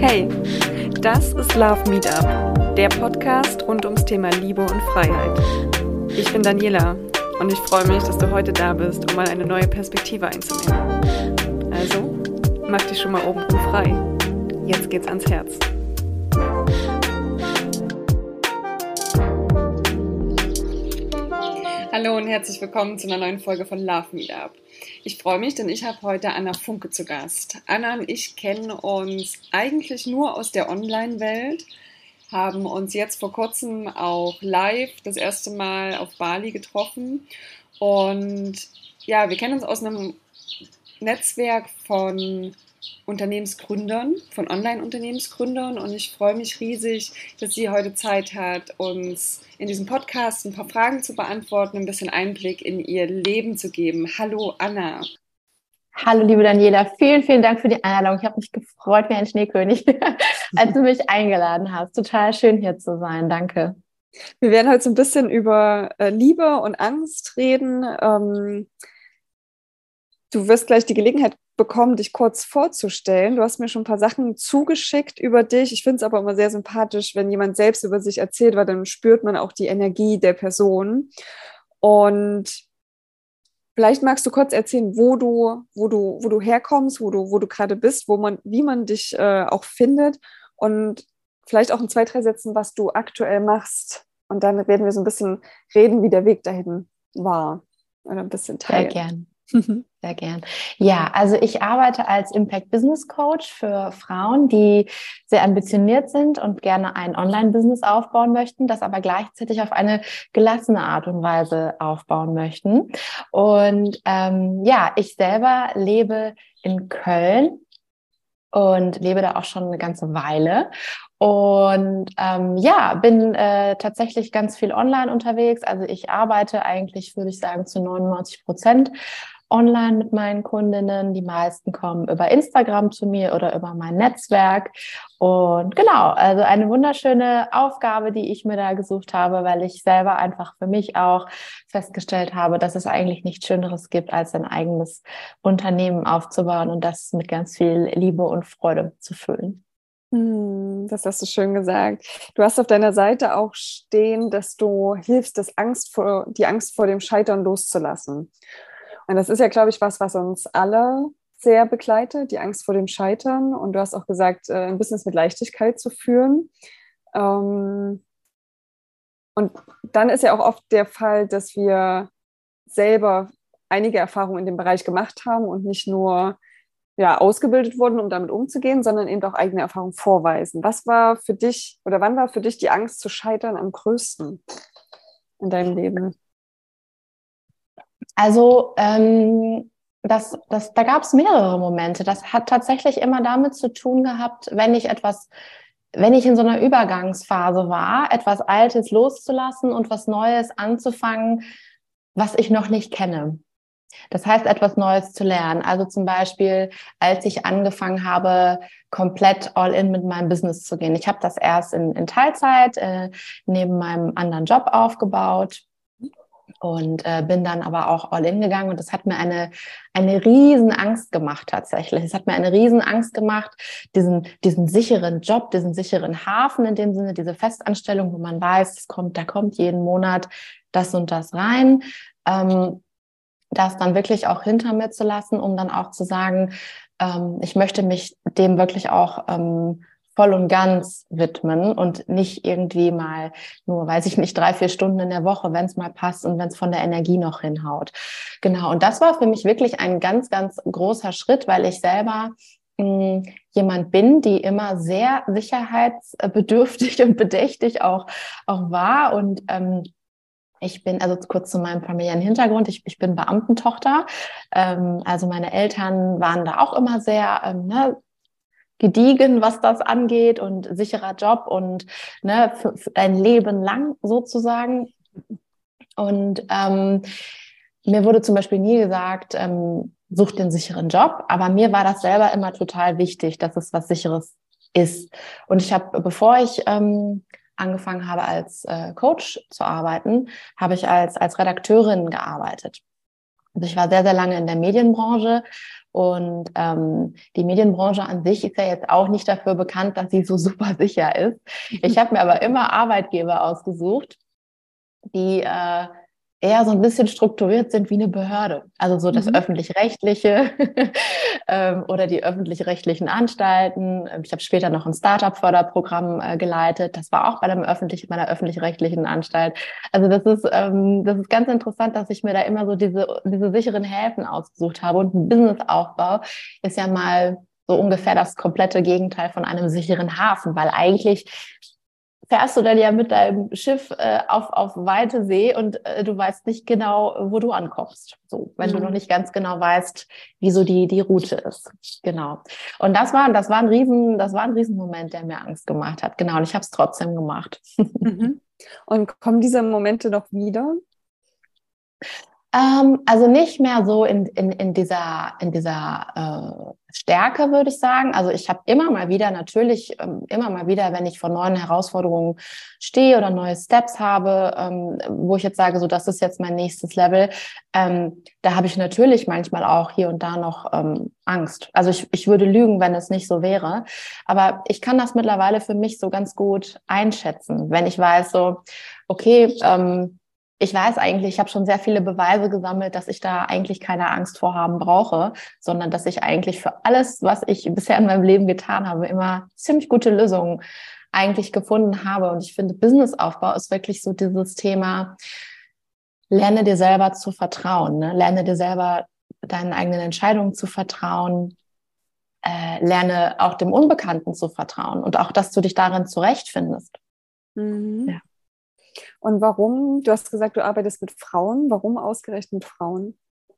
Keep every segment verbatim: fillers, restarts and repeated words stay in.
Hey, das ist Love Meetup, der Podcast rund ums Thema Liebe und Freiheit. Ich bin Daniela und ich freue mich, dass du heute da bist, um mal eine neue Perspektive einzunehmen. Also, mach dich schon mal oben frei. Jetzt geht's ans Herz. Hallo und herzlich willkommen zu einer neuen Folge von Love Meetup. Ich freue mich, denn ich habe heute Anna Funke zu Gast. Anna und ich kennen uns eigentlich nur aus der Online-Welt, haben uns jetzt vor kurzem auch live das erste Mal auf Bali getroffen. Und ja, wir kennen uns aus einem Netzwerk von Unternehmensgründern, von Online-Unternehmensgründern, und ich freue mich riesig, dass sie heute Zeit hat, uns in diesem Podcast ein paar Fragen zu beantworten, ein bisschen Einblick in ihr Leben zu geben. Hallo Anna. Hallo liebe Daniela, vielen, vielen Dank für die Einladung. Ich habe mich gefreut wie ein Schneekönig, als du mich eingeladen hast. Total schön hier zu sein, danke. Wir werden heute so ein bisschen über äh, Liebe und Angst reden. Ähm, du wirst gleich die Gelegenheit bekommen, dich kurz vorzustellen. Du hast mir schon ein paar Sachen zugeschickt über dich. Ich finde es aber immer sehr sympathisch, wenn jemand selbst über sich erzählt, weil dann spürt man auch die Energie der Person. Und vielleicht magst du kurz erzählen, wo du, wo du, wo du herkommst, wo du, wo du gerade bist, wo man, wie man dich äh, auch findet, und vielleicht auch in zwei, drei Sätzen, was du aktuell machst. Und dann werden wir so ein bisschen reden, wie der Weg dahin war. Oder ein bisschen teilen. Sehr gern. Sehr gern. Ja, also ich arbeite als Impact Business Coach für Frauen, die sehr ambitioniert sind und gerne ein Online-Business aufbauen möchten, das aber gleichzeitig auf eine gelassene Art und Weise aufbauen möchten. Und ähm, ja, ich selber lebe in Köln und lebe da auch schon eine ganze Weile. Und ähm, ja, bin äh, tatsächlich ganz viel online unterwegs. Also ich arbeite eigentlich, würde ich sagen, zu neunundneunzig Prozent online mit meinen Kundinnen. Die meisten kommen über Instagram zu mir oder über mein Netzwerk. Und genau, also eine wunderschöne Aufgabe, die ich mir da gesucht habe, weil ich selber einfach für mich auch festgestellt habe, dass es eigentlich nichts Schöneres gibt, als ein eigenes Unternehmen aufzubauen und das mit ganz viel Liebe und Freude zu füllen. Das hast du schön gesagt. Du hast auf deiner Seite auch stehen, dass du hilfst, das Angst vor, die Angst vor dem Scheitern loszulassen. Und das ist ja, glaube ich, was, was uns alle sehr begleitet, die Angst vor dem Scheitern. Und du hast auch gesagt, ein Business mit Leichtigkeit zu führen. Und dann ist ja auch oft der Fall, dass wir selber einige Erfahrungen in dem Bereich gemacht haben und nicht nur ja, ausgebildet wurden, um damit umzugehen, sondern eben auch eigene Erfahrungen vorweisen. Was war für dich oder wann war für dich die Angst zu scheitern am größten in deinem Leben? Also ähm, das, das, da gab es mehrere Momente. Das hat tatsächlich immer damit zu tun gehabt, wenn ich etwas, wenn ich in so einer Übergangsphase war, etwas Altes loszulassen und was Neues anzufangen, was ich noch nicht kenne. Das heißt, etwas Neues zu lernen. Also zum Beispiel, als ich angefangen habe, komplett all in mit meinem Business zu gehen. Ich habe das erst in, in Teilzeit äh, neben meinem anderen Job aufgebaut und äh, bin dann aber auch all in gegangen. Und das hat mir eine, eine riesen Angst gemacht tatsächlich. Es hat mir eine riesen Angst gemacht, diesen, diesen sicheren Job, diesen sicheren Hafen in dem Sinne, diese Festanstellung, wo man weiß, es kommt, da kommt jeden Monat das und das rein. Ähm, das dann wirklich auch hinter mir zu lassen, um dann auch zu sagen, ähm, ich möchte mich dem wirklich auch ähm, voll und ganz widmen und nicht irgendwie mal nur, weiß ich nicht, drei, vier Stunden in der Woche, wenn es mal passt und wenn es von der Energie noch hinhaut. Genau, und das war für mich wirklich ein ganz, ganz großer Schritt, weil ich selber mh, jemand bin, die immer sehr sicherheitsbedürftig und bedächtig auch, auch war und ähm, ich bin, also kurz zu meinem familiären Hintergrund, ich, ich bin Beamtentochter, ähm, also meine Eltern waren da auch immer sehr ähm, ne, gediegen, was das angeht und sicherer Job und ne, für, für ein Leben lang sozusagen. Und ähm, mir wurde zum Beispiel nie gesagt, ähm, such den sicheren Job, aber mir war das selber immer total wichtig, dass es was Sicheres ist. Und ich habe, bevor ich ähm, angefangen habe, als äh, Coach zu arbeiten, habe ich als, als Redakteurin gearbeitet. Also ich war sehr, sehr lange in der Medienbranche Und ähm, die Medienbranche an sich ist ja jetzt auch nicht dafür bekannt, dass sie so super sicher ist. Ich habe mir aber immer Arbeitgeber ausgesucht, die äh, eher so ein bisschen strukturiert sind wie eine Behörde. Also so das Mhm. Öffentlich-Rechtliche ähm, oder die öffentlich-rechtlichen Anstalten. Ich habe später noch ein Startup-Förderprogramm äh, geleitet. Das war auch bei einem öffentlich, meiner öffentlich-rechtlichen Anstalt. Also das ist, ähm, das ist ganz interessant, dass ich mir da immer so diese, diese sicheren Häfen ausgesucht habe. Und ein Businessaufbau ist ja mal so ungefähr das komplette Gegenteil von einem sicheren Hafen, weil eigentlich fährst du dann ja mit deinem Schiff äh, auf, auf weite See und äh, du weißt nicht genau, wo du ankommst. So, wenn mhm. du noch nicht ganz genau weißt, wie so die, die Route ist. Genau. Und das war, das war ein Riesen, das war ein Riesenmoment, der mir Angst gemacht hat. Genau. Und ich habe es trotzdem gemacht. Mhm. Und kommen diese Momente noch wieder? Ähm, also nicht mehr so in, in, in dieser, in dieser äh, Stärke, würde ich sagen. Also ich habe immer mal wieder, natürlich ähm, immer mal wieder, wenn ich vor neuen Herausforderungen stehe oder neue Steps habe, ähm, wo ich jetzt sage, so das ist jetzt mein nächstes Level, ähm, da habe ich natürlich manchmal auch hier und da noch ähm, Angst. Also ich, ich würde lügen, wenn es nicht so wäre. Aber ich kann das mittlerweile für mich so ganz gut einschätzen, wenn ich weiß, so, okay, ähm, ich weiß eigentlich, ich habe schon sehr viele Beweise gesammelt, dass ich da eigentlich keine Angst vor haben brauche, sondern dass ich eigentlich für alles, was ich bisher in meinem Leben getan habe, immer ziemlich gute Lösungen eigentlich gefunden habe. Und ich finde, Businessaufbau ist wirklich so dieses Thema, lerne dir selber zu vertrauen, ne? Lerne dir selber deinen eigenen Entscheidungen zu vertrauen, äh, lerne auch dem Unbekannten zu vertrauen und auch, dass du dich darin zurechtfindest. Mhm. Ja. Und warum, du hast gesagt, du arbeitest mit Frauen, warum ausgerechnet Frauen?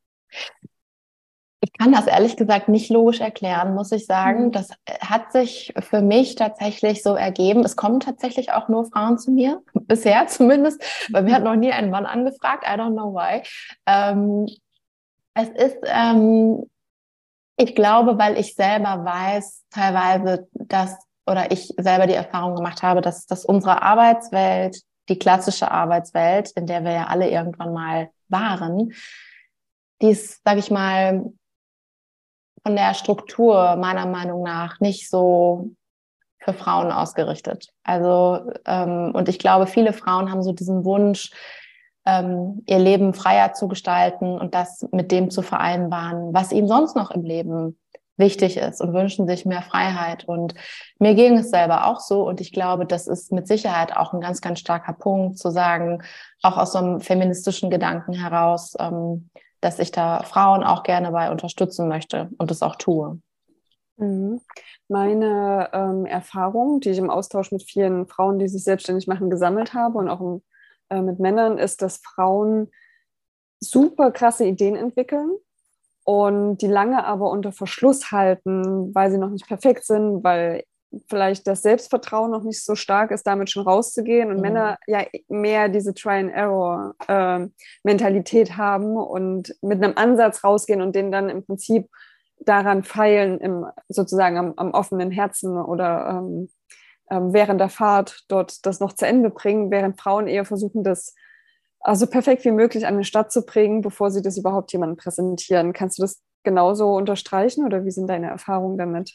Ich kann das ehrlich gesagt nicht logisch erklären, muss ich sagen. Mhm. Das hat sich für mich tatsächlich so ergeben. Es kommen tatsächlich auch nur Frauen zu mir, bisher zumindest, weil mir hat noch nie ein Mann angefragt. I don't know why. Ähm, es ist, ähm, ich glaube, weil ich selber weiß, teilweise, dass, oder ich selber die Erfahrung gemacht habe, dass, dass unsere Arbeitswelt, die klassische Arbeitswelt, in der wir ja alle irgendwann mal waren, die ist, sage ich mal, von der Struktur meiner Meinung nach nicht so für Frauen ausgerichtet. Also, ähm, und ich glaube, viele Frauen haben so diesen Wunsch, ähm, ihr Leben freier zu gestalten und das mit dem zu vereinbaren, was ihnen sonst noch im Leben wichtig ist und wünschen sich mehr Freiheit. Und mir ging es selber auch so. Und ich glaube, das ist mit Sicherheit auch ein ganz, ganz starker Punkt, zu sagen, auch aus so einem feministischen Gedanken heraus, ähm, dass ich da Frauen auch gerne bei unterstützen möchte und das auch tue. Mhm. Meine ähm, Erfahrung, die ich im Austausch mit vielen Frauen, die sich selbstständig machen, gesammelt habe und auch im, äh, mit Männern, ist, dass Frauen super krasse Ideen entwickeln und die lange aber unter Verschluss halten, weil sie noch nicht perfekt sind, weil vielleicht das Selbstvertrauen noch nicht so stark ist, damit schon rauszugehen und mhm. Männer ja mehr diese Try-and-Error-Mentalität äh, haben und mit einem Ansatz rausgehen und den dann im Prinzip daran feilen, im, sozusagen am, am offenen Herzen oder ähm, ähm, während der Fahrt dort das noch zu Ende bringen, während Frauen eher versuchen, das also perfekt wie möglich an den Start zu bringen, bevor sie das überhaupt jemandem präsentieren. Kannst du das genauso unterstreichen oder wie sind deine Erfahrungen damit?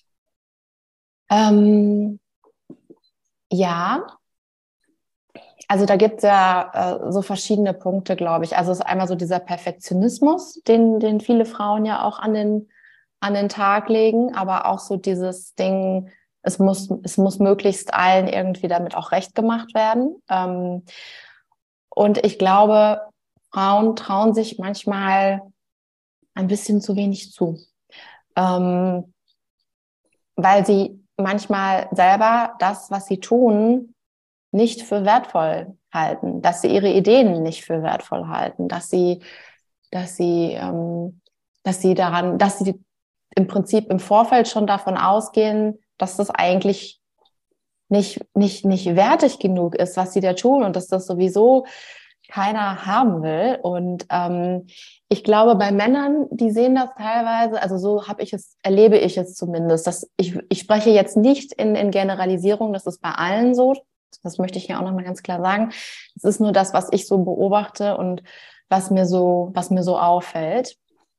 Ähm, ja, also da gibt es ja äh, so verschiedene Punkte, glaube ich. Also es ist einmal so dieser Perfektionismus, den, den viele Frauen ja auch an den, an den Tag legen, aber auch so dieses Ding, es muss, es muss möglichst allen irgendwie damit auch recht gemacht werden. Ähm, und ich glaube, Frauen trauen sich manchmal ein bisschen zu wenig zu, ähm, weil sie manchmal selber das, was sie tun, nicht für wertvoll halten, dass sie ihre Ideen nicht für wertvoll halten, dass sie, dass sie, ähm, dass sie daran, dass sie im Prinzip im Vorfeld schon davon ausgehen, dass das eigentlich nicht, nicht, nicht wertig genug ist, was sie da tun und dass das sowieso keiner haben will. Und ähm, ich glaube, bei Männern, die sehen das teilweise, also so habe ich es, erlebe ich es zumindest. Dass ich, ich spreche jetzt nicht in, in Generalisierung, das ist bei allen so. Das möchte ich hier auch nochmal ganz klar sagen. Es ist nur das, was ich so beobachte und was mir so, was mir so auffällt.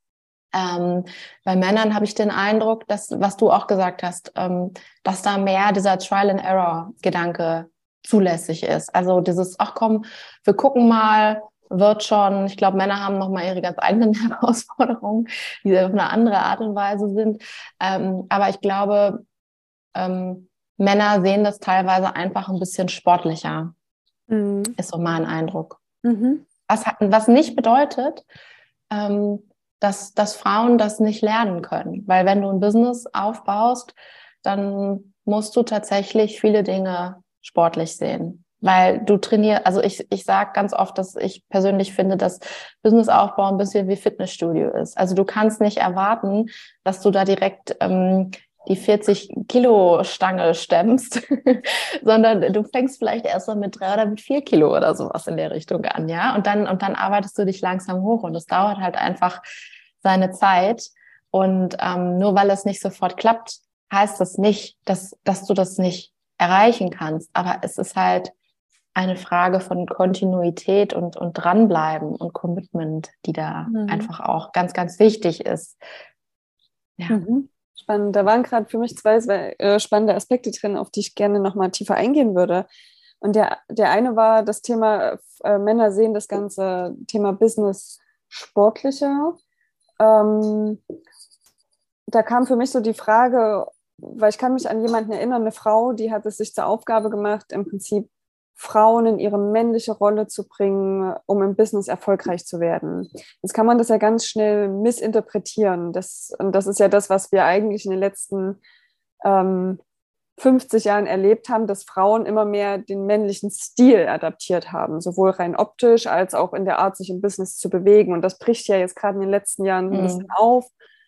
Ähm, bei Männern habe ich den Eindruck, dass, was du auch gesagt hast, ähm, dass da mehr dieser Trial-and-Error-Gedanke zulässig ist. Also dieses, ach komm, wir gucken mal, wird schon. Ich glaube, Männer haben nochmal ihre ganz eigenen Herausforderungen, die auf eine andere Art und Weise sind. Ähm, aber ich glaube, ähm, Männer sehen das teilweise einfach ein bisschen sportlicher, Mhm. ist so mein Eindruck. Mhm. Was, was nicht bedeutet, ähm, dass, dass Frauen das nicht lernen können. Weil wenn du ein Business aufbaust, dann musst du tatsächlich viele Dinge sportlich sehen. Weil du trainierst, also ich, ich sage ganz oft, dass ich persönlich finde, dass Businessaufbau ein bisschen wie Fitnessstudio ist. Also du kannst nicht erwarten, dass du da direkt ähm, die vierzig Kilo Stange stemmst, sondern du fängst vielleicht erst mal mit drei oder mit vier Kilo oder sowas in der Richtung an, ja. Und dann, und dann arbeitest du dich langsam hoch und es dauert halt einfach seine Zeit. Und ähm, nur weil es nicht sofort klappt, heißt das nicht, dass, dass du das nicht erreichen kannst. Aber es ist halt eine Frage von Kontinuität und, und dranbleiben und Commitment, die da Mhm. einfach auch ganz, ganz wichtig ist. Ja. Mhm. Spannend. Da waren gerade für mich zwei äh, spannende Aspekte drin, auf die ich gerne nochmal tiefer eingehen würde. Und der, der eine war das Thema, äh, Männer sehen das ganze Thema Business sportlicher. Ähm, da kam für mich so die Frage, weil ich kann mich an jemanden erinnern, eine Frau, die hat es sich zur Aufgabe gemacht, im Prinzip Frauen in ihre männliche Rolle zu bringen, um im Business erfolgreich zu werden. Jetzt kann man das ja ganz schnell missinterpretieren. Das, und das ist ja das, was wir eigentlich in den letzten ähm, fünfzig Jahren erlebt haben, dass Frauen immer mehr den männlichen Stil adaptiert haben, sowohl rein optisch als auch in der Art, sich im Business zu bewegen. Und das bricht ja jetzt gerade in den letzten Jahren ein bisschen Mhm. auf.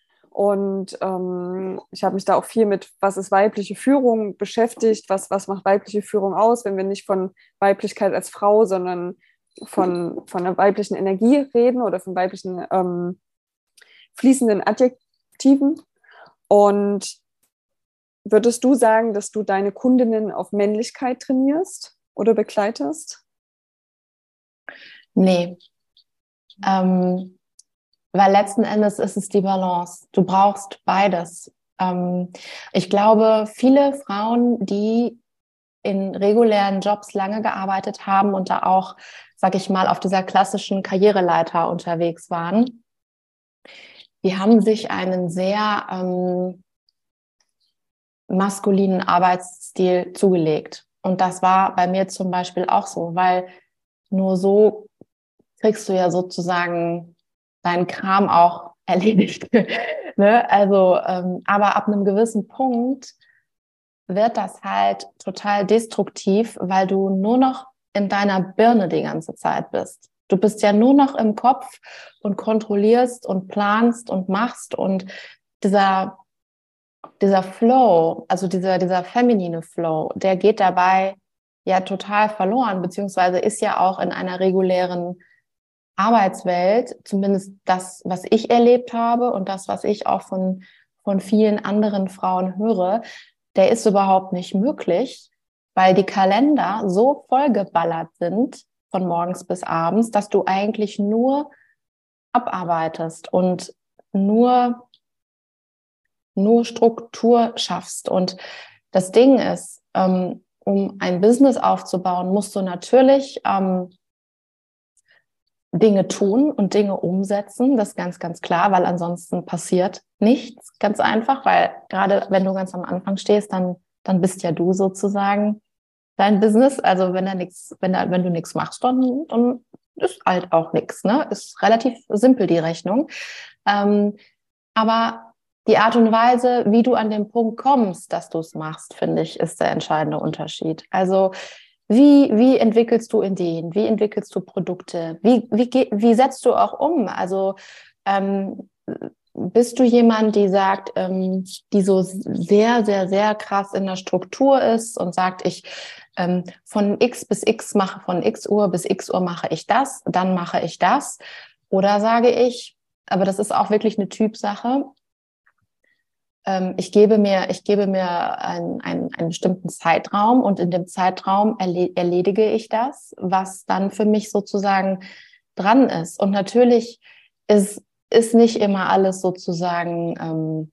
Und ähm, ich habe mich da auch viel mit, was ist weibliche Führung, beschäftigt, was, was macht weibliche Führung aus, wenn wir nicht von Weiblichkeit als Frau, sondern von, von einer weiblichen Energie reden oder von weiblichen ähm, fließenden Adjektiven. Und würdest du sagen, dass du deine Kundinnen auf Männlichkeit trainierst oder begleitest? Nee. Ähm, Weil letzten Endes ist es die Balance. Du brauchst beides. Ähm, ich glaube, viele Frauen, die in regulären Jobs lange gearbeitet haben und da auch, sag ich mal, auf dieser klassischen Karriereleiter unterwegs waren, die haben sich einen sehr ähm, maskulinen Arbeitsstil zugelegt. Und das war bei mir zum Beispiel auch so, weil nur so kriegst du ja sozusagen deinen Kram auch erledigt. Ne? Also, ähm, aber ab einem gewissen Punkt wird das halt total destruktiv, weil du nur noch in deiner Birne die ganze Zeit bist. Du bist ja nur noch im Kopf und kontrollierst und planst und machst und dieser, dieser Flow, also dieser, dieser feminine Flow, der geht dabei ja total verloren, beziehungsweise ist ja auch in einer regulären Arbeitswelt, zumindest das, was ich erlebt habe und das, was ich auch von, von vielen anderen Frauen höre, der ist überhaupt nicht möglich, weil die Kalender so vollgeballert sind von morgens bis abends, dass du eigentlich nur abarbeitest und nur, nur Struktur schaffst. Und das Ding ist, ähm, um ein Business aufzubauen, musst du natürlich ähm, Dinge tun und Dinge umsetzen, das ist ganz, ganz klar, weil ansonsten passiert nichts, ganz einfach, weil gerade wenn du ganz am Anfang stehst, dann, dann bist ja du sozusagen dein Business, also wenn da nichts, wenn da, wenn du nichts machst, dann, dann ist halt auch nichts, ne? Ist relativ simpel, die Rechnung. Ähm, aber die Art und Weise, wie du an den Punkt kommst, dass du es machst, finde ich, ist der entscheidende Unterschied. Also Wie, wie entwickelst du Ideen? Wie entwickelst du Produkte? Wie, wie, wie setzt du auch um? Also ähm, bist du jemand, die sagt, ähm, die so sehr, sehr, sehr krass in der Struktur ist und sagt, ich ähm, von X bis X mache, von X Uhr bis X Uhr mache ich das, dann mache ich das? Oder sage ich, aber das ist auch wirklich eine Typsache, ich gebe mir, ich gebe mir einen, einen, einen bestimmten Zeitraum und in dem Zeitraum erledige ich das, was dann für mich sozusagen dran ist. Und natürlich ist ist nicht immer alles sozusagen ähm,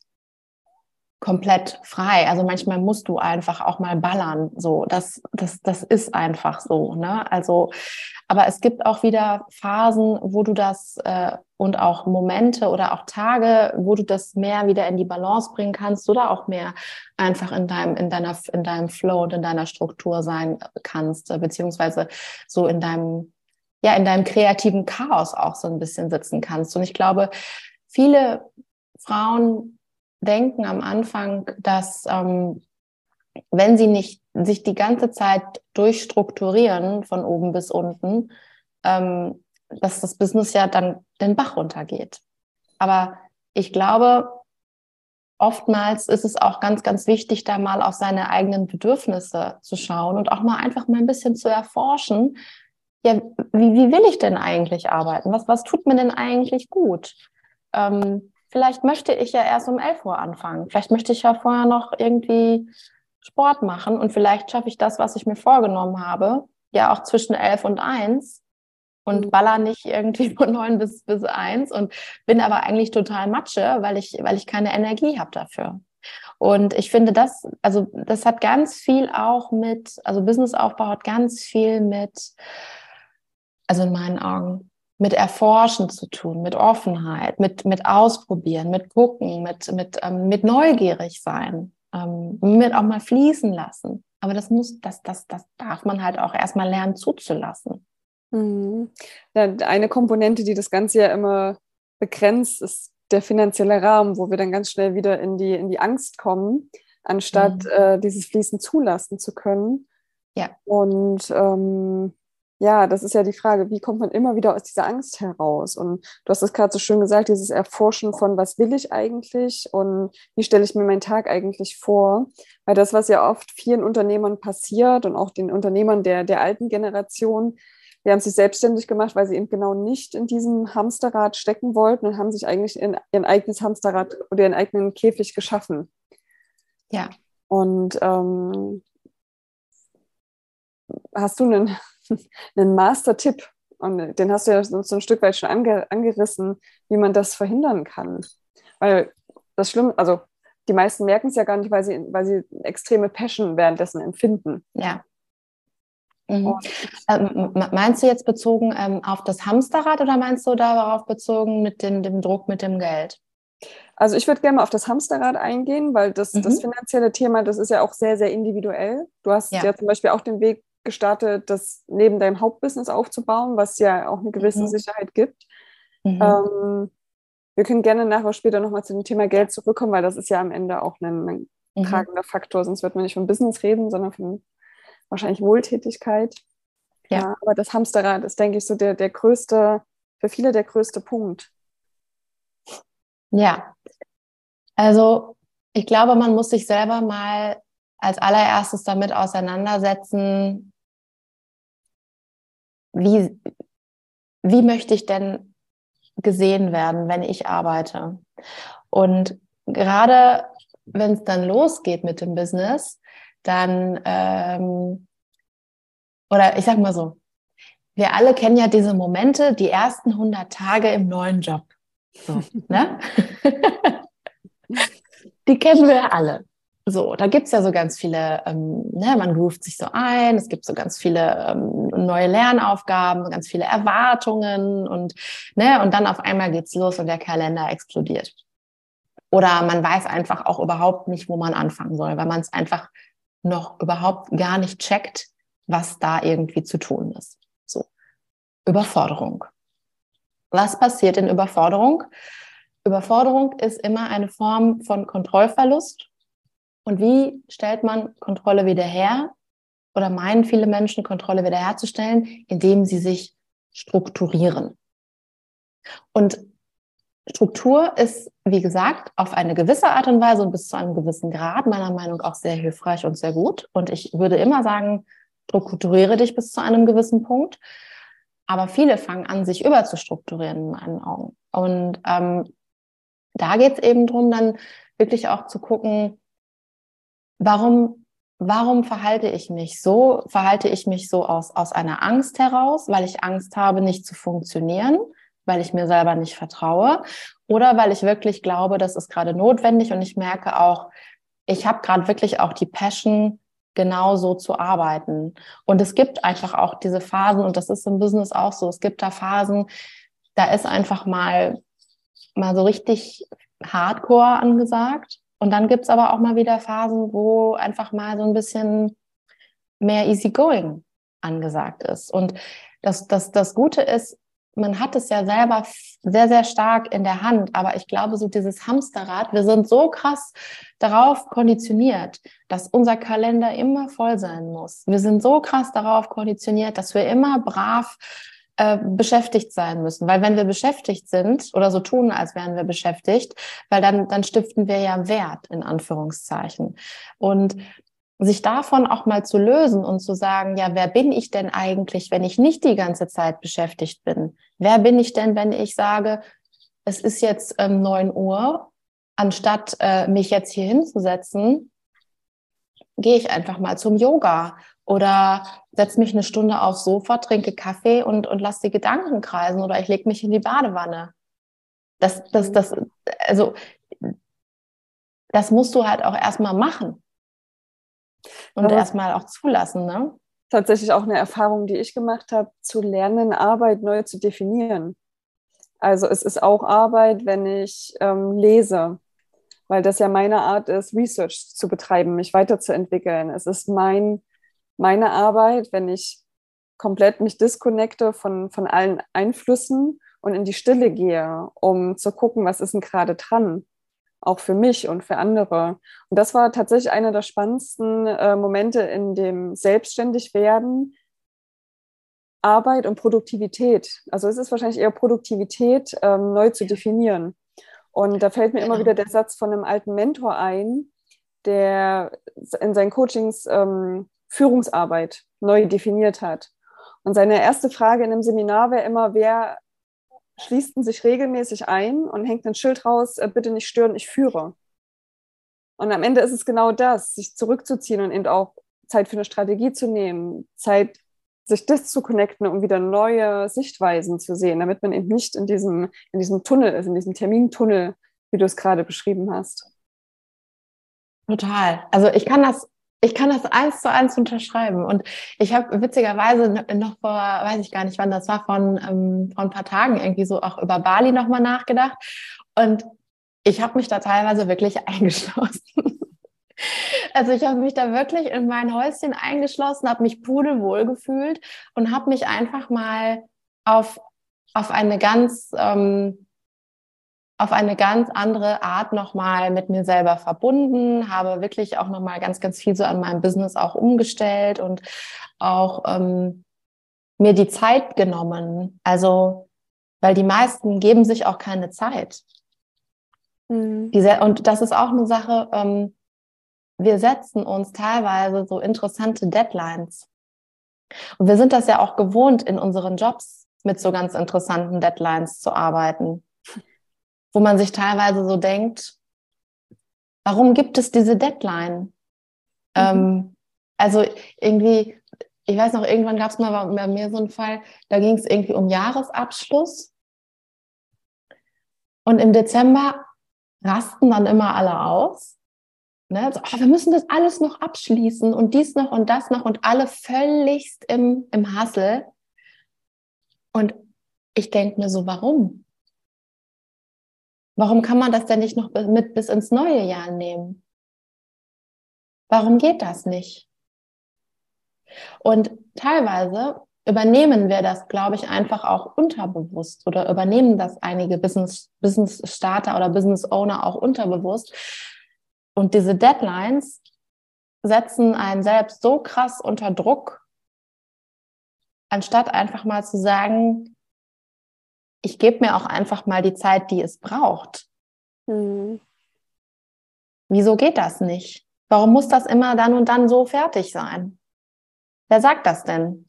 komplett frei. Also manchmal musst du einfach auch mal ballern. So, das, das, das ist einfach so, ne? Also, aber es gibt auch wieder Phasen, wo du das äh, und auch Momente oder auch Tage, wo du das mehr wieder in die Balance bringen kannst oder auch mehr einfach in deinem, in deiner, in deinem Flow und in deiner Struktur sein kannst, beziehungsweise so in deinem, ja, in deinem kreativen Chaos auch so ein bisschen sitzen kannst. Und ich glaube, viele Frauen denken am Anfang, dass ähm, wenn sie nicht sich die ganze Zeit durchstrukturieren von oben bis unten, ähm, dass das Business ja dann den Bach runtergeht. Aber ich glaube, oftmals ist es auch ganz, ganz wichtig, da mal auf seine eigenen Bedürfnisse zu schauen und auch mal einfach mal ein bisschen zu erforschen, ja, wie, wie will ich denn eigentlich arbeiten? Was, was tut mir denn eigentlich gut? Ähm, vielleicht möchte ich ja erst um elf Uhr anfangen. Vielleicht möchte ich ja vorher noch irgendwie Sport machen und vielleicht schaffe ich das, was ich mir vorgenommen habe, ja auch zwischen elf und eins und baller nicht irgendwie von neun bis, bis eins und bin aber eigentlich total Matsche, weil ich, weil ich keine Energie habe dafür. Und ich finde das, also das hat ganz viel auch mit, also Businessaufbau hat ganz viel mit, also in meinen Augen, mit Erforschen zu tun, mit Offenheit, mit, mit Ausprobieren, mit Gucken, mit, mit, ähm, mit neugierig sein, ähm, mit auch mal fließen lassen. Aber das muss, das, das, das darf man halt auch erstmal lernen zuzulassen. Mhm. Ja, eine Komponente, die das Ganze ja immer begrenzt, ist der finanzielle Rahmen, wo wir dann ganz schnell wieder in die, in die Angst kommen, anstatt Mhm. äh, dieses Fließen zulassen zu können. Ja. Und ähm, ja, das ist ja die Frage, wie kommt man immer wieder aus dieser Angst heraus? Und du hast es gerade so schön gesagt, dieses Erforschen von, was will ich eigentlich und wie stelle ich mir meinen Tag eigentlich vor? Weil das, was ja oft vielen Unternehmern passiert und auch den Unternehmern der, der alten Generation, die haben sich selbstständig gemacht, weil sie eben genau nicht in diesem Hamsterrad stecken wollten und haben sich eigentlich in, ihr eigenes Hamsterrad oder ihren eigenen Käfig geschaffen. Ja. Und ähm, hast du einen, einen Master-Tipp? Und den hast du ja so ein Stück weit schon ange, angerissen, wie man das verhindern kann. Weil das Schlimme, also die meisten merken es ja gar nicht, weil sie, weil sie extreme Passion währenddessen empfinden. Ja. Mhm. Ähm, meinst du jetzt bezogen ähm, auf das Hamsterrad oder meinst du darauf bezogen mit dem, dem Druck mit dem Geld? Also ich würde gerne mal auf das Hamsterrad eingehen, weil das, das Mhm. finanzielle Thema, das ist ja auch sehr, sehr individuell. Du hast Ja. ja zum Beispiel auch den Weg gestartet, das neben deinem Hauptbusiness aufzubauen, was ja auch eine gewisse Mhm. Sicherheit gibt. Mhm. Ähm, wir können gerne nachher später nochmal zu dem Thema Ja. Geld zurückkommen, weil das ist ja am Ende auch ein, ein Mhm. tragender Faktor. Sonst wird man nicht von Business reden, sondern von wahrscheinlich Wohltätigkeit. Ja. Ja, aber das Hamsterrad ist, denke ich, so der, der größte, für viele der größte Punkt. Ja. Also ich glaube, man muss sich selber mal als allererstes damit auseinandersetzen, wie, wie möchte ich denn gesehen werden, wenn ich arbeite? Und gerade wenn es dann losgeht mit dem Business, dann, ähm, oder ich sag mal so, wir alle kennen ja diese Momente, die ersten hundert Tage im neuen Job. So, ne? Die kennen wir alle. So, da gibt's ja so ganz viele, ähm, ne, man groovt sich so ein, es gibt so ganz viele ähm, neue Lernaufgaben, ganz viele Erwartungen und, ne, und dann auf einmal geht's los und der Kalender explodiert. Oder man weiß einfach auch überhaupt nicht, wo man anfangen soll, weil man es einfach noch überhaupt gar nicht checkt, was da irgendwie zu tun ist. So, Überforderung. Was passiert in Überforderung? Überforderung ist immer eine Form von Kontrollverlust. Und wie stellt man Kontrolle wieder her? Oder meinen viele Menschen, Kontrolle wiederherzustellen, indem sie sich strukturieren. Und Struktur ist, wie gesagt, auf eine gewisse Art und Weise und bis zu einem gewissen Grad meiner Meinung nach auch sehr hilfreich und sehr gut. Und ich würde immer sagen, strukturiere dich bis zu einem gewissen Punkt. Aber viele fangen an, sich überzustrukturieren in meinen Augen. Und ähm, da geht es eben darum, dann wirklich auch zu gucken, warum, warum verhalte ich mich so? Verhalte ich mich so aus, aus einer Angst heraus, weil ich Angst habe, nicht zu funktionieren? weil ich mir selber nicht vertraue oder weil ich wirklich glaube, das ist gerade notwendig und ich merke auch, ich habe gerade wirklich auch die Passion, genau so zu arbeiten. Und es gibt einfach auch diese Phasen, und das ist im Business auch so, es gibt da Phasen, da ist einfach mal, mal so richtig Hardcore angesagt. Und dann gibt es aber auch mal wieder Phasen, wo einfach mal so ein bisschen mehr Easygoing angesagt ist. Und das, das, das Gute ist, man hat es ja selber sehr, sehr stark in der Hand. Aber ich glaube, so dieses Hamsterrad, wir sind so krass darauf konditioniert, dass unser Kalender immer voll sein muss. Wir sind so krass darauf konditioniert, dass wir immer brav äh, beschäftigt sein müssen. Weil wenn wir beschäftigt sind oder so tun, als wären wir beschäftigt, weil dann, dann stiften wir ja Wert, in Anführungszeichen. Und sich davon auch mal zu lösen und zu sagen, ja, wer bin ich denn eigentlich, wenn ich nicht die ganze Zeit beschäftigt bin? Wer bin ich denn, wenn ich sage, es ist jetzt ähm, neun Uhr, anstatt äh, mich jetzt hier hinzusetzen, gehe ich einfach mal zum Yoga oder setze mich eine Stunde aufs Sofa, trinke Kaffee und, und lasse die Gedanken kreisen oder ich lege mich in die Badewanne. Das, das, das, also, das musst du halt auch erstmal machen. Und erstmal auch zulassen, ne? Tatsächlich auch eine Erfahrung, die ich gemacht habe, zu lernen, Arbeit neu zu definieren. Also es ist auch Arbeit, wenn ich ähm, lese, weil das ja meine Art ist, Research zu betreiben, mich weiterzuentwickeln. Es ist mein, meine Arbeit, wenn ich komplett mich disconnecte von, von allen Einflüssen und in die Stille gehe, um zu gucken, was ist denn gerade dran. Auch für mich und für andere. Und das war tatsächlich einer der spannendsten äh, Momente in dem Selbstständigwerden, Arbeit und Produktivität. Also es ist wahrscheinlich eher Produktivität ähm, neu zu definieren. Und da fällt mir Genau. immer wieder der Satz von einem alten Mentor ein, der in seinen Coachings ähm, Führungsarbeit neu definiert hat. Und seine erste Frage in einem Seminar wäre immer, wer schließt sich regelmäßig ein und hängt ein Schild raus, äh, bitte nicht stören, ich führe. Und am Ende ist es genau das, sich zurückzuziehen und eben auch Zeit für eine Strategie zu nehmen, Zeit, sich disconnecten, um wieder neue Sichtweisen zu sehen, damit man eben nicht in diesem, in diesem Tunnel ist, in diesem Termintunnel, wie du es gerade beschrieben hast. Total. Also ich kann das, ich kann das eins zu eins unterschreiben. Und ich habe witzigerweise noch vor, weiß ich gar nicht wann das war, von, ähm, vor ein paar Tagen irgendwie so auch über Bali nochmal nachgedacht. Und ich habe mich da teilweise wirklich eingeschlossen. Also ich habe mich da wirklich in mein Häuschen eingeschlossen, habe mich pudelwohl gefühlt und habe mich einfach mal auf, auf eine ganz... Ähm, auf eine ganz andere Art nochmal mit mir selber verbunden, habe wirklich auch nochmal ganz, ganz viel so an meinem Business auch umgestellt und auch ähm, mir die Zeit genommen. Also, weil die meisten geben sich auch keine Zeit. Mhm. Diese, und das ist auch eine Sache, ähm, wir setzen uns teilweise so interessante Deadlines. Und wir sind das ja auch gewohnt, in unseren Jobs mit so ganz interessanten Deadlines zu arbeiten, wo man sich teilweise so denkt, warum gibt es diese Deadline? Mhm. Ähm, also irgendwie, ich weiß noch, irgendwann gab es mal bei mir so einen Fall, da ging es irgendwie um Jahresabschluss und im Dezember rasten dann immer alle aus. Ne? So, oh, wir müssen das alles noch abschließen und dies noch und das noch und alle völligst im, im Hustle. Und ich denke mir so, warum? Warum kann man das denn nicht noch mit bis ins neue Jahr nehmen? Warum geht das nicht? Und teilweise übernehmen wir das, glaube ich, einfach auch unterbewusst oder übernehmen das einige Business, Business Starter oder Business Owner auch unterbewusst. Und diese Deadlines setzen einen selbst so krass unter Druck, anstatt einfach mal zu sagen, ich gebe mir auch einfach mal die Zeit, die es braucht. Mhm. Wieso geht das nicht? Warum muss das immer dann und dann so fertig sein? Wer sagt das denn?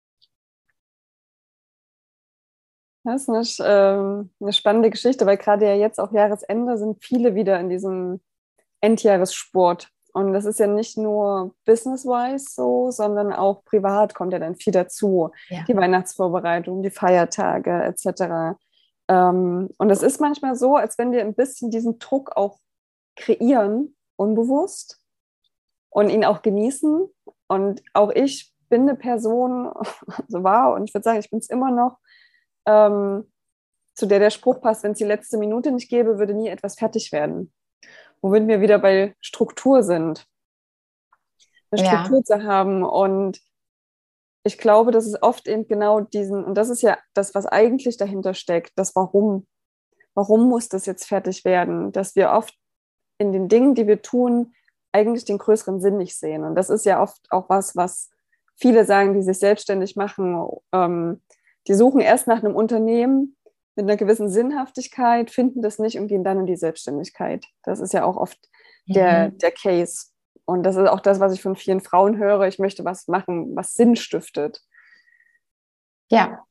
Das ist eine, ähm, eine spannende Geschichte, weil gerade ja jetzt auch Jahresende sind viele wieder in diesem Endjahressport. Und das ist ja nicht nur business-wise so, sondern auch privat kommt ja dann viel dazu. Ja. Die Weihnachtsvorbereitung, die Feiertage et cetera. Ähm, und es ist manchmal so, als wenn wir ein bisschen diesen Druck auch kreieren, unbewusst, und ihn auch genießen. Und auch ich bin eine Person, so war, und ich würde sagen, ich bin es immer noch, ähm, zu der der Spruch passt, wenn es die letzte Minute nicht gäbe, würde nie etwas fertig werden. Womit wir wieder bei Struktur sind. Eine Ja, Struktur zu haben. Und ich glaube, das ist oft eben genau diesen, und das ist ja das, was eigentlich dahinter steckt, das Warum. Warum muss das jetzt fertig werden? Dass wir oft in den Dingen, die wir tun, eigentlich den größeren Sinn nicht sehen. Und das ist ja oft auch was, was viele sagen, die sich selbstständig machen. Ähm, die suchen erst nach einem Unternehmen mit einer gewissen Sinnhaftigkeit, finden das nicht und gehen dann in die Selbstständigkeit. Das ist ja auch oft der, mhm. der Case. Und das ist auch das, was ich von vielen Frauen höre. Ich möchte was machen, was Sinn stiftet. Ja,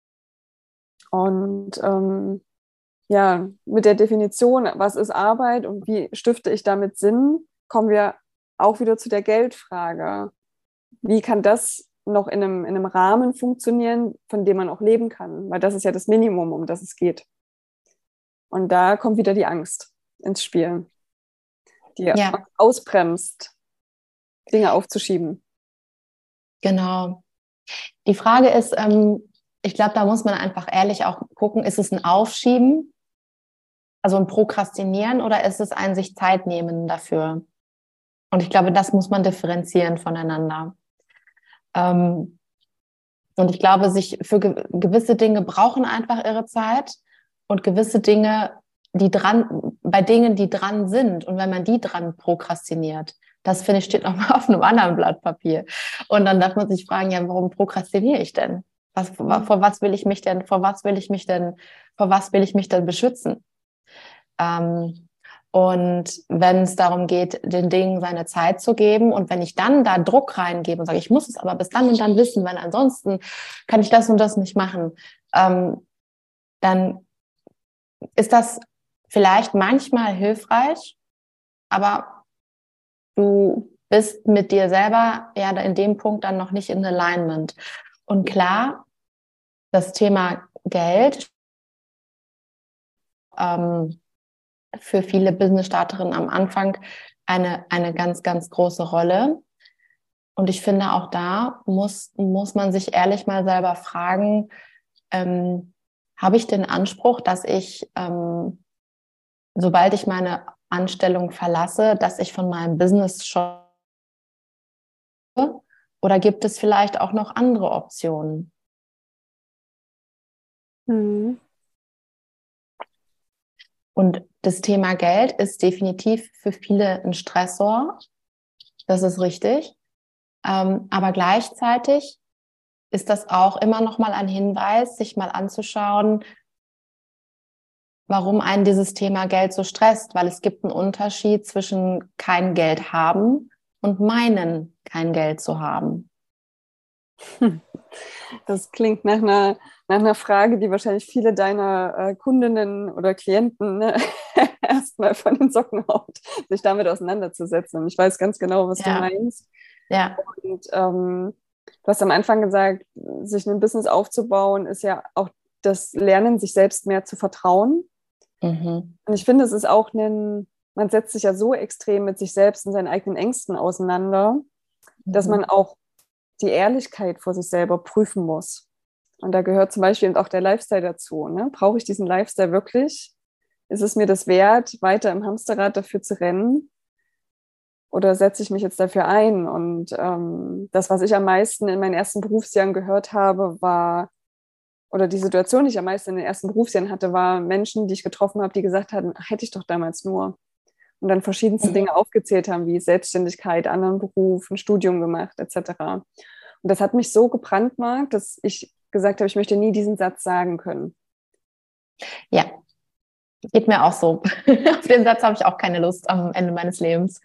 Und ähm, ja, mit der Definition, was ist Arbeit und wie stifte ich damit Sinn, kommen wir auch wieder zu der Geldfrage. Wie kann das noch in einem, in einem Rahmen funktionieren, von dem man auch leben kann? Weil das ist ja das Minimum, um das es geht. Und da kommt wieder die Angst ins Spiel, die ja, ausbremst, Dinge aufzuschieben. genau. Die Frage ist, ähm, ich glaube, da muss man einfach ehrlich auch gucken, ist es ein Aufschieben, also ein Prokrastinieren, oder ist es ein sich Zeit nehmen dafür? Und ich glaube, das muss man differenzieren voneinander. Ähm, und ich glaube, sich für ge gewisse Dinge brauchen einfach ihre Zeit und gewisse Dinge, die dran, bei Dingen, die dran sind, und wenn man die dran prokrastiniert, das finde ich, steht nochmal auf einem anderen Blatt Papier. Und dann darf man sich fragen, ja, warum prokrastiniere ich denn? Was, vor was will ich mich denn, vor was will ich mich denn, vor was will ich mich denn beschützen? Ähm, und wenn es darum geht, den Dingen seine Zeit zu geben, und wenn ich dann da Druck reingebe und sage, ich muss es aber bis dann und dann wissen, weil ansonsten kann ich das und das nicht machen, ähm, dann ist das vielleicht manchmal hilfreich, aber du bist mit dir selber ja in dem Punkt dann noch nicht in Alignment. Und klar, das Thema Geld ähm, für viele Business-Starterinnen am Anfang eine, eine ganz, ganz große Rolle. Und ich finde, auch da muss, muss man sich ehrlich mal selber fragen, ähm, habe ich den Anspruch, dass ich, ähm, sobald ich meine Anstellung verlasse, dass ich von meinem Business schon, oder gibt es vielleicht auch noch andere Optionen? Mhm. Und das Thema Geld ist definitiv für viele ein Stressor. Das ist richtig. Ähm, aber gleichzeitig ist das auch immer noch mal ein Hinweis, sich mal anzuschauen, warum einen dieses Thema Geld so stresst, weil es gibt einen Unterschied zwischen kein Geld haben und meinen, kein Geld zu haben. Das klingt nach einer, nach einer Frage, die wahrscheinlich viele deiner äh, Kundinnen oder Klienten, ne, erstmal von den Socken haut, sich damit auseinanderzusetzen. Und ich weiß ganz genau, was du Ja, meinst. ja, Und ähm, du hast am Anfang gesagt, sich ein Business aufzubauen, ist ja auch das Lernen, sich selbst mehr zu vertrauen. mhm. Und ich finde, es ist auch ein, man setzt sich ja so extrem mit sich selbst und seinen eigenen Ängsten auseinander, dass man Mhm. auch die Ehrlichkeit vor sich selber prüfen muss. Und da gehört zum Beispiel eben auch der Lifestyle dazu. Ne? Brauche ich diesen Lifestyle wirklich? Ist es mir das wert, weiter im Hamsterrad dafür zu rennen? Oder setze ich mich jetzt dafür ein? Und ähm, das, was ich am meisten in meinen ersten Berufsjahren gehört habe, war, oder die Situation, die ich am meisten in den ersten Berufsjahren hatte, war Menschen, die ich getroffen habe, die gesagt hatten, ach, hätte ich doch damals nur. Und dann verschiedenste Mhm. Dinge aufgezählt haben, wie Selbstständigkeit, anderen Beruf, ein Studium gemacht, et cetera. Und das hat mich so gebrandmarkt, dass ich gesagt habe, ich möchte nie diesen Satz sagen können. Ja, geht mir auch so. Auf den Satz habe ich auch keine Lust am Ende meines Lebens.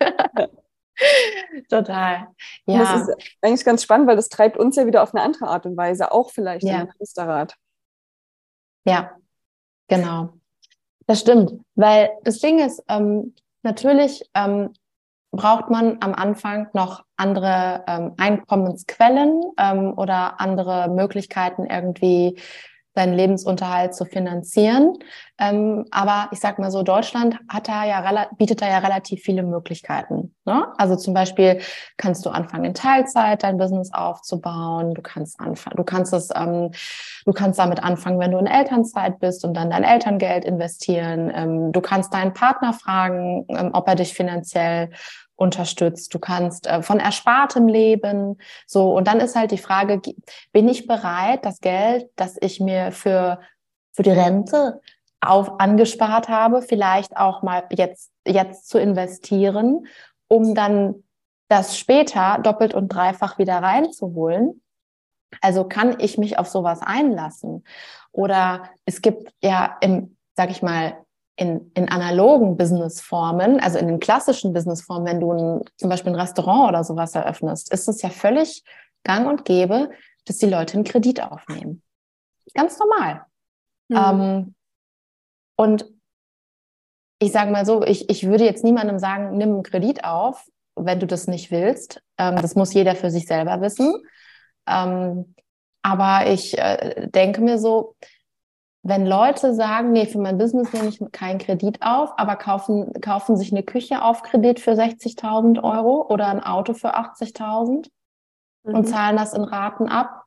Total. Und das ist Ja, eigentlich ganz spannend, weil das treibt uns ja wieder auf eine andere Art und Weise, auch vielleicht in ja, ein Hamsterrad. ja, genau. Das stimmt, weil das Ding ist, ähm, natürlich ähm, braucht man am Anfang noch andere ähm, Einkommensquellen ähm, oder andere Möglichkeiten, irgendwie seinen Lebensunterhalt zu finanzieren. Ähm, aber ich sag mal so, Deutschland hat da ja, bietet da ja relativ viele Möglichkeiten. Ne? Also zum Beispiel kannst du anfangen, in Teilzeit dein Business aufzubauen. Du kannst anfangen, du kannst es, ähm, du kannst damit anfangen, wenn du in Elternzeit bist und dann dein Elterngeld investieren. Ähm, du kannst deinen Partner fragen, ähm, ob er dich finanziell unterstützt. Du kannst äh, von Erspartem leben. So, und dann ist halt die Frage, bin ich bereit, das Geld, das ich mir für, für die Rente auf, angespart habe, vielleicht auch mal jetzt, jetzt zu investieren, um dann das später doppelt und dreifach wieder reinzuholen? Also kann ich mich auf sowas einlassen? Oder es gibt ja im, sag ich mal, In, in analogen Businessformen, also in den klassischen Businessformen, wenn du ein, zum Beispiel ein Restaurant oder sowas eröffnest, ist es ja völlig gang und gäbe, dass die Leute einen Kredit aufnehmen. Ganz normal. Mhm. Ähm, und ich sage mal so, ich, ich würde jetzt niemandem sagen, nimm einen Kredit auf, wenn du das nicht willst. Ähm, das muss jeder für sich selber wissen. Ähm, aber ich äh, denke mir so, wenn Leute sagen, nee, für mein Business nehme ich keinen Kredit auf, aber kaufen, kaufen sich eine Küche auf Kredit für sechzigtausend Euro oder ein Auto für achtzigtausend mhm. und zahlen das in Raten ab,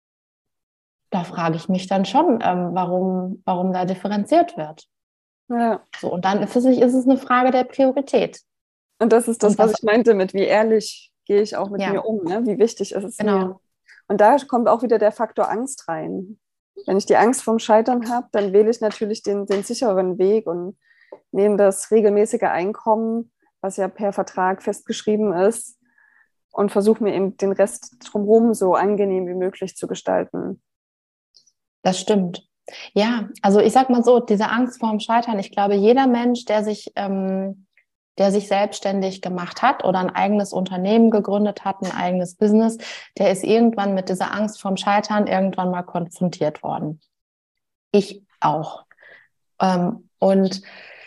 da frage ich mich dann schon, ähm, warum, warum da differenziert wird. Ja. So, und dann für sich ist es eine Frage der Priorität. Und das ist das, das was ich meinte mit, wie ehrlich gehe ich auch mit ja. mir um, ne? Wie wichtig ist es genau. mir. Und da kommt auch wieder der Faktor Angst rein. Wenn ich die Angst vom Scheitern habe, dann wähle ich natürlich den, den sicheren Weg und nehme das regelmäßige Einkommen, was ja per Vertrag festgeschrieben ist, und versuche mir eben den Rest drumherum so angenehm wie möglich zu gestalten. Das stimmt. Ja, also ich sag mal so, diese Angst vorm Scheitern, ich glaube, jeder Mensch, der sich, ähm, der sich selbstständig gemacht hat oder ein eigenes Unternehmen gegründet hat, ein eigenes Business, der ist irgendwann mit dieser Angst vorm Scheitern irgendwann mal konfrontiert worden. Ich auch. Ähm, und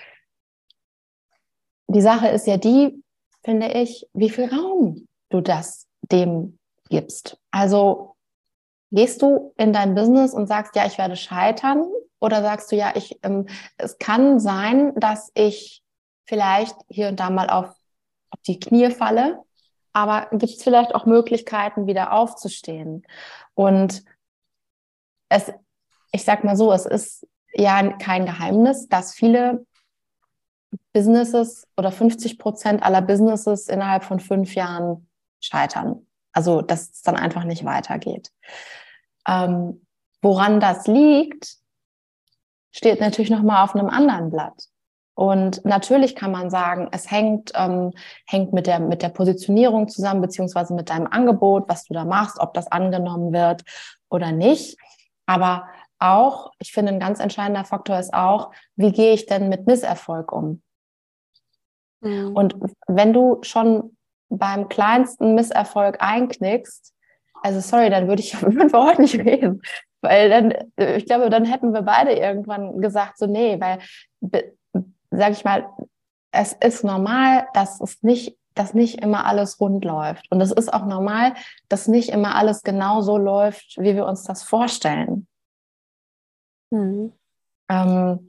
die Sache ist ja die, finde ich, wie viel Raum du das dem gibst. Also gehst du in dein Business und sagst, ja, ich werde scheitern? Oder sagst du, ja, ich, ähm, es kann sein, dass ich vielleicht hier und da mal auf, auf die Knie falle, aber gibt es vielleicht auch Möglichkeiten, wieder aufzustehen? Und es, ich sag mal so, es ist ja kein Geheimnis, dass viele Businesses oder fünfzig Prozent aller Businesses innerhalb von fünf Jahren scheitern. Also, dass es dann einfach nicht weitergeht. Ähm, woran das liegt, steht natürlich nochmal auf einem anderen Blatt. Und natürlich kann man sagen, es hängt, ähm, hängt mit der, mit der Positionierung zusammen, beziehungsweise mit deinem Angebot, was du da machst, ob das angenommen wird oder nicht. Aber auch, ich finde, ein ganz entscheidender Faktor ist auch, wie gehe ich denn mit Misserfolg um? Mhm. Und wenn du schon beim kleinsten Misserfolg einknickst, also sorry, dann würde ich würden wir heute nicht reden. Weil dann, ich glaube, dann hätten wir beide irgendwann gesagt, so nee, weil, sag ich mal, es ist normal, dass es nicht, dass nicht immer alles rund läuft. Und es ist auch normal, dass nicht immer alles genau so läuft, wie wir uns das vorstellen. Mhm. Ähm,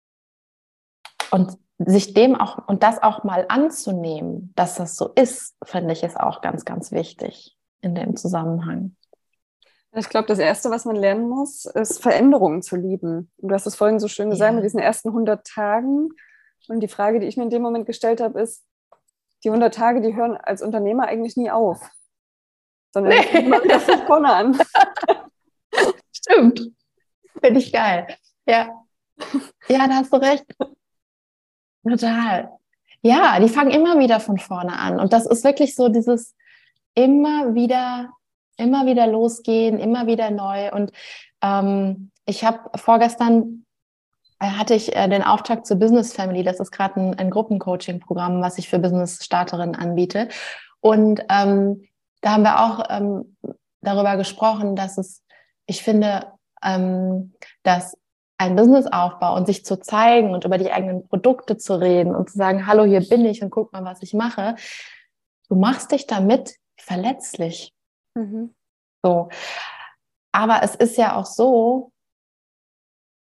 und sich dem auch, und das auch mal anzunehmen, dass das so ist, finde ich, ist auch ganz, ganz wichtig in dem Zusammenhang. Ich glaube, das Erste, was man lernen muss, ist Veränderungen zu lieben. Und du hast es vorhin so schön gesagt, ja, mit diesen ersten hundert Tagen. Und die Frage, die ich mir in dem Moment gestellt habe, ist, die hundert Tage, die hören als Unternehmer eigentlich nie auf. Sondern nee. fangen immer wieder von vorne an. Stimmt. Finde ich geil. Ja. Ja, da hast du recht. Total. Ja, die fangen immer wieder von vorne an. Und das ist wirklich so dieses immer wieder Immer wieder losgehen, immer wieder neu. Und ähm, ich habe vorgestern, äh, hatte ich äh, den Auftakt zur Business Family. Das ist gerade ein, ein Gruppencoaching-Programm, was ich für Business-Starterinnen anbiete. Und ähm, da haben wir auch ähm, darüber gesprochen, dass es, ich finde, ähm, dass ein Businessaufbau und sich zu zeigen und über die eigenen Produkte zu reden und zu sagen, hallo, hier bin ich und guck mal, was ich mache. Du machst dich damit verletzlich. Mhm. So. Aber es ist ja auch so,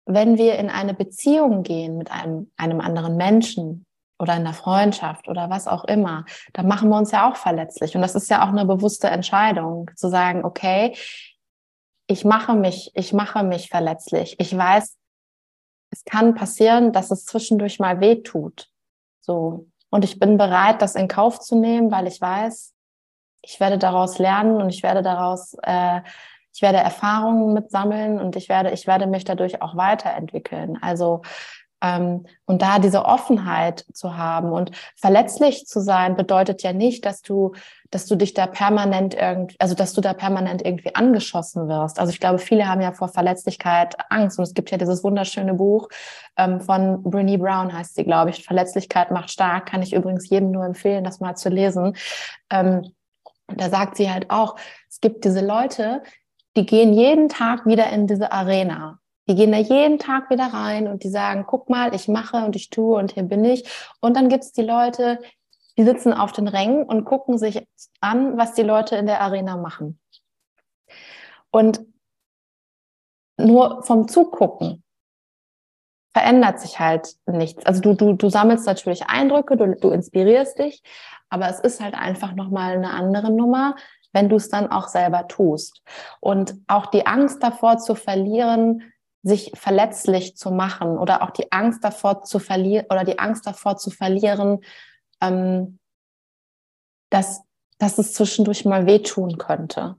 wenn wir in eine Beziehung gehen mit einem, einem anderen Menschen oder in einer Freundschaft oder was auch immer, dann machen wir uns ja auch verletzlich. Und das ist ja auch eine bewusste Entscheidung, zu sagen, okay, ich mache mich, ich mache mich verletzlich. Ich weiß, es kann passieren, dass es zwischendurch mal weh tut. So. Und ich bin bereit, das in Kauf zu nehmen, weil ich weiß, ich werde daraus lernen und ich werde daraus, äh, ich werde Erfahrungen mitsammeln und ich werde, ich werde mich dadurch auch weiterentwickeln. Also, ähm, und da diese Offenheit zu haben und verletzlich zu sein, bedeutet ja nicht, dass du, dass du dich da permanent irgendwie, also dass du da permanent irgendwie angeschossen wirst. Also ich glaube, viele haben ja vor Verletzlichkeit Angst und es gibt ja dieses wunderschöne Buch ähm, von Brené Brown, heißt sie, glaube ich, Verletzlichkeit macht stark, kann ich übrigens jedem nur empfehlen, das mal zu lesen. Ähm, da sagt sie halt auch, es gibt diese Leute, die gehen jeden Tag wieder in diese Arena. Die gehen da jeden Tag wieder rein und die sagen, guck mal, ich mache und ich tue und hier bin ich. Und dann gibt es die Leute, die sitzen auf den Rängen und gucken sich an, was die Leute in der Arena machen. Und nur vom Zugucken verändert sich halt nichts. Also du, du, du sammelst natürlich Eindrücke, du, du inspirierst dich, aber es ist halt einfach nochmal eine andere Nummer, wenn du es dann auch selber tust. Und auch die Angst davor zu verlieren, sich verletzlich zu machen oder auch die Angst davor zu verlieren oder die Angst davor zu verlieren, ähm, dass, dass es zwischendurch mal wehtun könnte.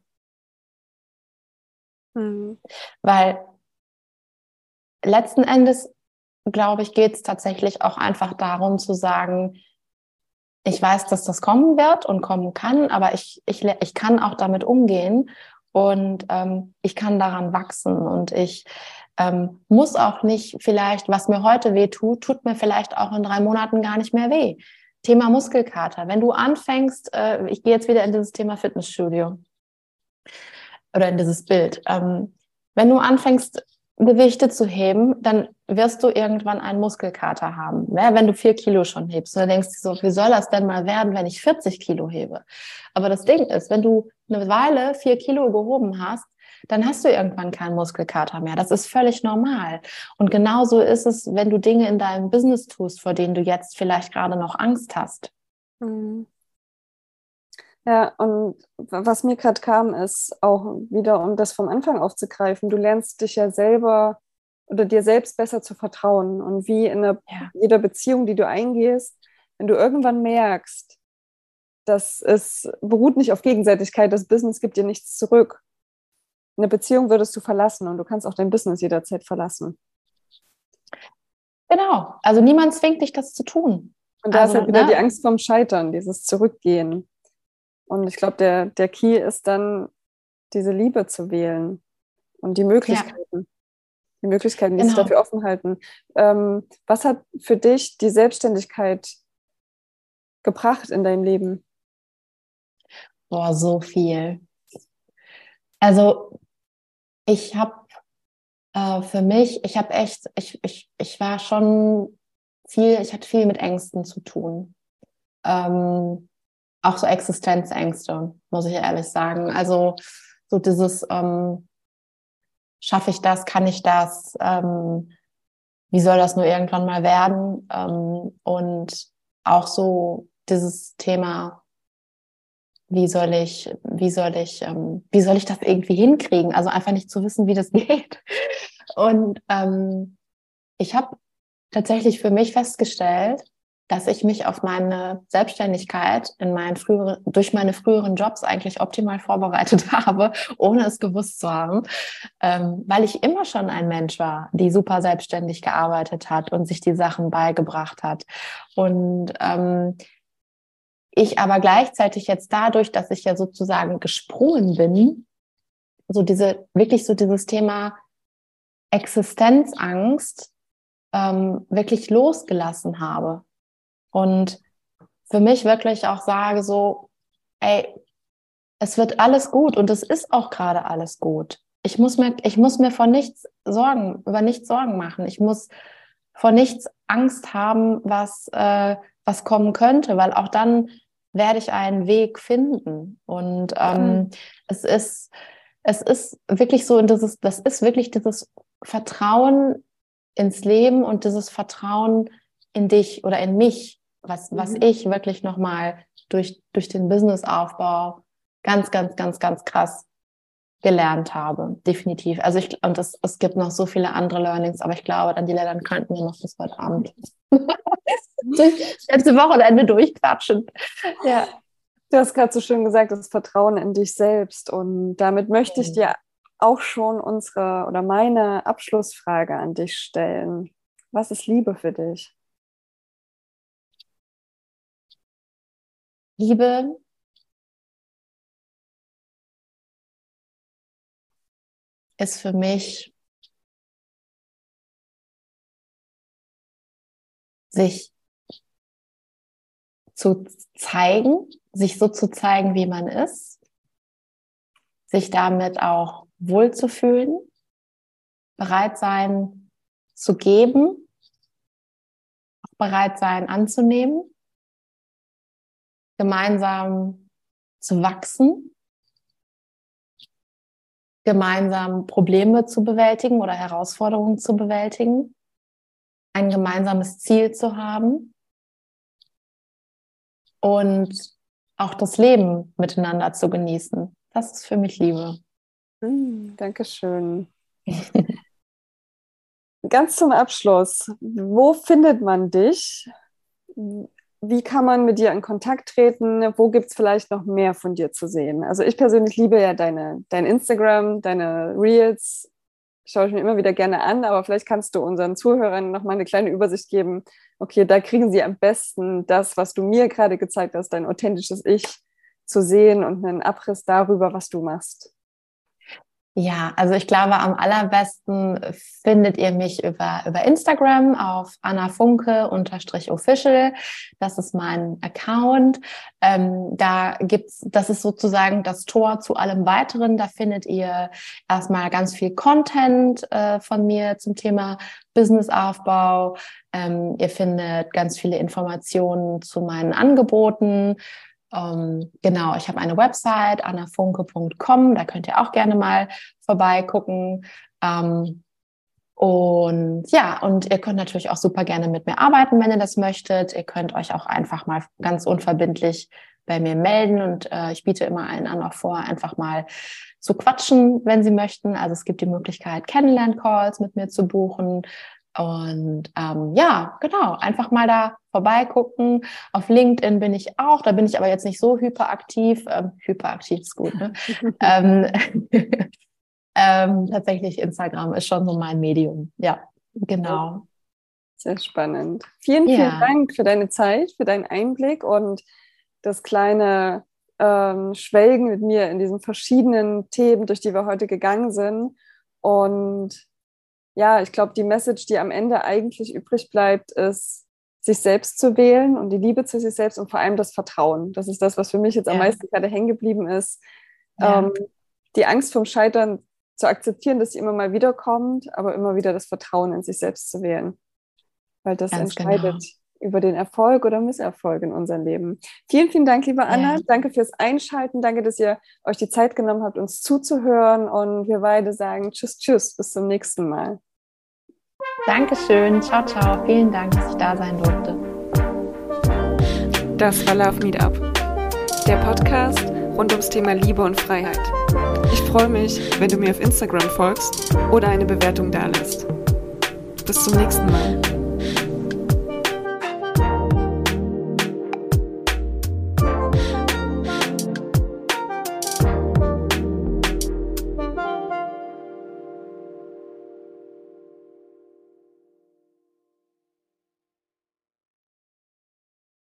Mhm. Weil letzten Endes, glaube ich, geht es tatsächlich auch einfach darum zu sagen, ich weiß, dass das kommen wird und kommen kann, aber ich, ich, ich kann auch damit umgehen und ähm, ich kann daran wachsen und ich ähm, muss auch nicht vielleicht, was mir heute weh tut, tut mir vielleicht auch in drei Monaten gar nicht mehr weh. Thema Muskelkater. Wenn du anfängst, äh, ich gehe jetzt wieder in dieses Thema Fitnessstudio oder in dieses Bild. Ähm, wenn du anfängst, Gewichte zu heben, dann wirst du irgendwann einen Muskelkater haben. Ne? Wenn du vier Kilo schon hebst. Und dann denkst du so, wie soll das denn mal werden, wenn ich vierzig Kilo hebe? Aber das Ding ist, wenn du eine Weile vier Kilo gehoben hast, dann hast du irgendwann keinen Muskelkater mehr. Das ist völlig normal. Und genauso ist es, wenn du Dinge in deinem Business tust, vor denen du jetzt vielleicht gerade noch Angst hast. Mhm. Ja, und was mir gerade kam, ist auch wieder, um das vom Anfang aufzugreifen, du lernst dich ja selber oder dir selbst besser zu vertrauen. Und wie in einer, Ja. jeder Beziehung, die du eingehst, wenn du irgendwann merkst, dass es beruht nicht auf Gegenseitigkeit, das Business gibt dir nichts zurück. Eine Beziehung würdest du verlassen und du kannst auch dein Business jederzeit verlassen. Genau. Also niemand zwingt dich, das zu tun. Und da ist Also, halt wieder die ne? Angst vorm Scheitern, dieses Zurückgehen. Und ich glaube, der, der Key ist dann, diese Liebe zu wählen und die Ja, Möglichkeiten. Die Möglichkeiten, die sich genau. dafür offen halten. Ähm, was hat für dich die Selbstständigkeit gebracht in deinem Leben? Boah, so viel. Also ich habe äh, für mich, ich habe echt, ich, ich, ich war schon viel, ich hatte viel mit Ängsten zu tun. Ähm, auch so Existenzängste, muss ich ehrlich sagen. Also so dieses, ähm, schaffe ich das, kann ich das, ähm, wie soll das nur irgendwann mal werden? Ähm, und auch so dieses Thema, wie soll ich, wie soll ich, ähm, wie soll ich das irgendwie hinkriegen? Also einfach nicht zu wissen, wie das geht. Und ähm, ich habe tatsächlich für mich festgestellt, dass ich mich auf meine Selbstständigkeit in meinen früheren, durch meine früheren Jobs eigentlich optimal vorbereitet habe, ohne es gewusst zu haben, ähm, weil ich immer schon ein Mensch war, die super selbstständig gearbeitet hat und sich die Sachen beigebracht hat. Und ähm, ich aber gleichzeitig jetzt dadurch, dass ich ja sozusagen gesprungen bin, so diese, wirklich so dieses Thema Existenzangst ähm, wirklich losgelassen habe. Und für mich wirklich auch sage so, ey, es wird alles gut und es ist auch gerade alles gut. Ich muss mir, ich muss mir vor nichts Sorgen, über nichts Sorgen machen. Ich muss vor nichts Angst haben, was, äh, was kommen könnte, weil auch dann werde ich einen Weg finden. Und ähm, es ist, es ist wirklich so, und das ist, das ist wirklich dieses Vertrauen ins Leben und dieses Vertrauen in dich oder in mich, was, was Mhm. ich wirklich nochmal durch, durch den Businessaufbau ganz, ganz, ganz, ganz krass gelernt habe. Definitiv. Also ich, und es, es gibt noch so viele andere Learnings, aber ich glaube, Daniela, dann könnten wir noch bis heute Abend das letzte Wochenende durchquatschen. Ja. Du hast gerade so schön gesagt, das Vertrauen in dich selbst. Und damit möchte ich dir auch schon unsere oder meine Abschlussfrage an dich stellen. Was ist Liebe für dich? Liebe ist für mich, sich zu zeigen, sich so zu zeigen, wie man ist, sich damit auch wohlzufühlen, bereit sein zu geben, auch bereit sein anzunehmen, gemeinsam zu wachsen, gemeinsam Probleme zu bewältigen oder Herausforderungen zu bewältigen, ein gemeinsames Ziel zu haben und auch das Leben miteinander zu genießen. Das ist für mich Liebe. Mm, Dankeschön. Ganz zum Abschluss, wo findet man dich? Wie kann man mit dir in Kontakt treten? Wo gibt es vielleicht noch mehr von dir zu sehen? Also ich persönlich liebe ja deine, dein Instagram, deine Reels. Schaue ich mir immer wieder gerne an, aber vielleicht kannst du unseren Zuhörern noch mal eine kleine Übersicht geben. Okay, da kriegen sie am besten das, was du mir gerade gezeigt hast, dein authentisches Ich zu sehen und einen Abriss darüber, was du machst. Ja, also ich glaube, am allerbesten findet ihr mich über, über Instagram auf annafunke-official. Das ist mein Account. Ähm, da gibt's, das ist sozusagen das Tor zu allem Weiteren. Da findet ihr erstmal ganz viel Content äh, von mir zum Thema Businessaufbau. Ähm, ihr findet ganz viele Informationen zu meinen Angeboten. Um, genau, ich habe eine Website, annafunke punkt com, da könnt ihr auch gerne mal vorbeigucken. Um, und ja, und ihr könnt natürlich auch super gerne mit mir arbeiten, wenn ihr das möchtet. Ihr könnt euch auch einfach mal ganz unverbindlich bei mir melden und äh, ich biete immer allen an, auch vor, einfach mal zu quatschen, wenn sie möchten. Also es gibt die Möglichkeit, Kennenlern-Calls mit mir zu buchen. Und ähm, ja, genau, einfach mal da vorbeigucken. Auf LinkedIn bin ich auch, da bin ich aber jetzt nicht so hyperaktiv. Ähm, hyperaktiv ist gut, ne? ähm, ähm, tatsächlich Instagram ist schon so mein Medium. Ja, genau. Sehr spannend. Vielen, Ja. vielen Dank für deine Zeit, für deinen Einblick und das kleine ähm, Schwelgen mit mir in diesen verschiedenen Themen, durch die wir heute gegangen sind. Und ja, ich glaube, die Message, die am Ende eigentlich übrig bleibt, ist, sich selbst zu wählen und die Liebe zu sich selbst und vor allem das Vertrauen. Das ist das, was für mich jetzt am Ja. meisten gerade hängen geblieben ist. Ja. Ähm, die Angst vom Scheitern zu akzeptieren, dass sie immer mal wiederkommt, aber immer wieder das Vertrauen in sich selbst zu wählen. Weil das Ganz entscheidet genau. über den Erfolg oder Misserfolg in unserem Leben. Vielen, vielen Dank, liebe Anna. Ja. Danke fürs Einschalten. Danke, dass ihr euch die Zeit genommen habt, uns zuzuhören. Und wir beide sagen Tschüss, Tschüss. Bis zum nächsten Mal. Dankeschön. Ciao, ciao. Vielen Dank, dass ich da sein durfte. Das war Love Meetup, der Podcast rund ums Thema Liebe und Freiheit. Ich freue mich, wenn du mir auf Instagram folgst oder eine Bewertung dalässt. Bis zum nächsten Mal.